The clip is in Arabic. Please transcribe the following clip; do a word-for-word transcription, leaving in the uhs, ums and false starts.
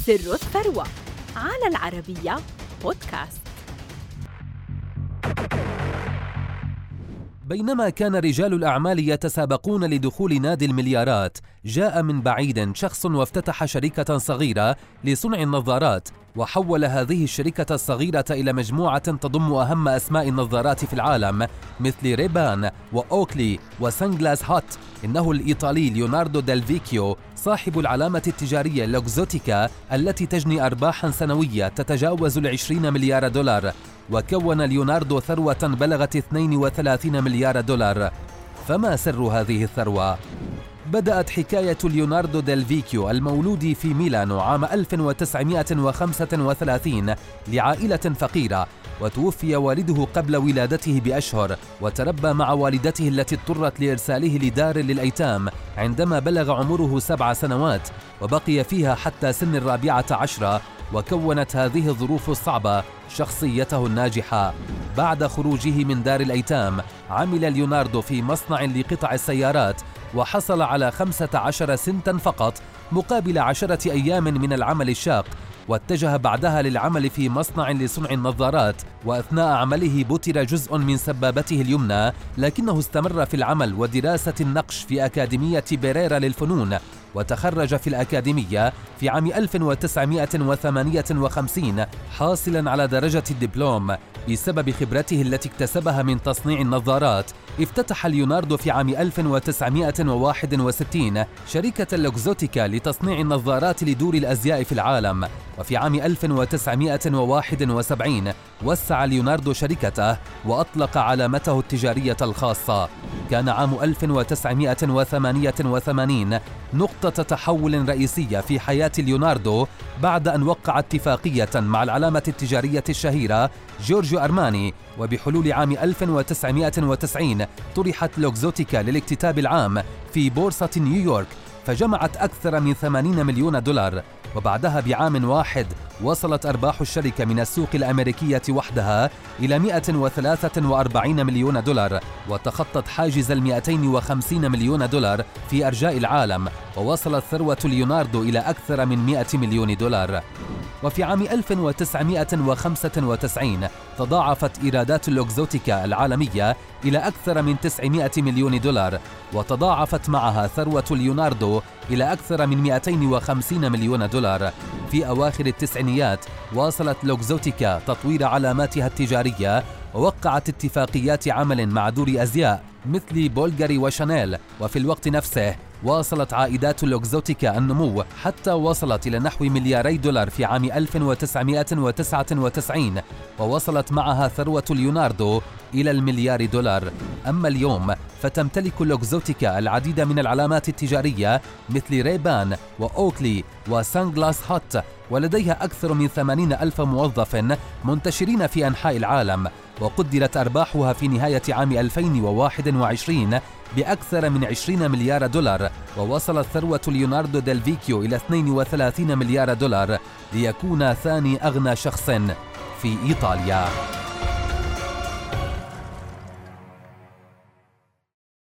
سر الثروة على العربية بودكاست. بينما كان رجال الأعمال يتسابقون لدخول نادي المليارات، جاء من بعيد شخص وافتتح شركة صغيرة لصنع النظارات، وحول هذه الشركة الصغيرة إلى مجموعة تضم أهم أسماء النظارات في العالم مثل ريبان وأوكلي وسانجلاس هوت. إنه الإيطالي ليوناردو ديل فيكيو صاحب العلامة التجارية لوكزوتيكا التي تجني أرباحا سنوية تتجاوز العشرين مليار دولار، وكون ليوناردو ثروة بلغت اثنين وثلاثين مليار دولار. فما سر هذه الثروة؟ بدأت حكاية ليوناردو ديل فيكيو المولود في ميلانو عام ألف وتسعمائة وخمسة وثلاثين لعائلة فقيرة، وتوفي والده قبل ولادته بأشهر، وتربى مع والدته التي اضطرت لإرساله لدار للأيتام عندما بلغ عمره سبع سنوات، وبقي فيها حتى سن الرابعة عشرة، وكونت هذه الظروف الصعبة شخصيته الناجحة. بعد خروجه من دار الأيتام عمل ليوناردو في مصنع لقطع السيارات، وحصل على خمسة عشر سنتا فقط مقابل عشرة أيام من العمل الشاق، واتجه بعدها للعمل في مصنع لصنع النظارات، وأثناء عمله بتر جزء من سبابته اليمنى، لكنه استمر في العمل ودراسة النقش في أكاديمية بيريرا للفنون، وتخرج في الأكاديمية في عام ألف وتسعمائة وثمانية وخمسين حاصلا على درجة الدبلوم. بسبب خبرته التي اكتسبها من تصنيع النظارات، افتتح ليوناردو في عام ألف وتسعمائة وواحد وستين شركة لوكزوتيكا لتصنيع النظارات لدور الأزياء في العالم. وفي عام ألف وتسعمائة وواحد وسبعين وسع ليوناردو شركته وأطلق علامته التجارية الخاصة. كان عام ألف وتسعمائة وثمانية وثمانين نقطة تحول رئيسية في حياة ليوناردو بعد أن وقع اتفاقية مع العلامة التجارية الشهيرة جورجيو أرماني، وبحلول عام ألف وتسعمائة وتسعين طرحت لوكزوتيكا للاكتتاب العام في بورصة نيويورك، فجمعت أكثر من ثمانين مليون دولار. وبعدها بعام واحد وصلت أرباح الشركة من السوق الأمريكية وحدها إلى مئة وثلاثة وأربعين مليون دولار، وتخطت حاجز المئتين وخمسين مليون دولار في أرجاء العالم، ووصلت ثروة ليوناردو إلى أكثر من مئة مليون دولار. وفي عام ألف وتسعمائة وخمسة وتسعين تضاعفت إيرادات لوكزوتيكا العالمية إلى أكثر من تسعمائة مليون دولار، وتضاعفت معها ثروة ليوناردو إلى أكثر من مئتين وخمسين مليون دولار. في أواخر التسعينيات واصلت لوكزوتيكا تطوير علاماتها التجارية، ووقعت اتفاقيات عمل مع دور أزياء مثل بولغاري وشانيل. وفي الوقت نفسه واصلت عائدات لوكزوتيكا النمو حتى وصلت إلى نحو ملياري دولار في عام ألف وتسعمائة وتسعة وتسعين، ووصلت معها ثروة ليوناردو إلى المليار دولار. أما اليوم فتمتلك لوكزوتيكا العديد من العلامات التجارية مثل ريبان وأوكلي وسانجلاس هوت، ولديها أكثر من ثمانين ألف موظف منتشرين في أنحاء العالم. وقدرت أرباحها في نهاية عام ألفين وواحد وعشرين بأكثر من عشرين مليار دولار، ووصلت ثروة ليوناردو ديل فيكيو إلى اثنين وثلاثين مليار دولار، ليكون ثاني أغنى شخص في إيطاليا.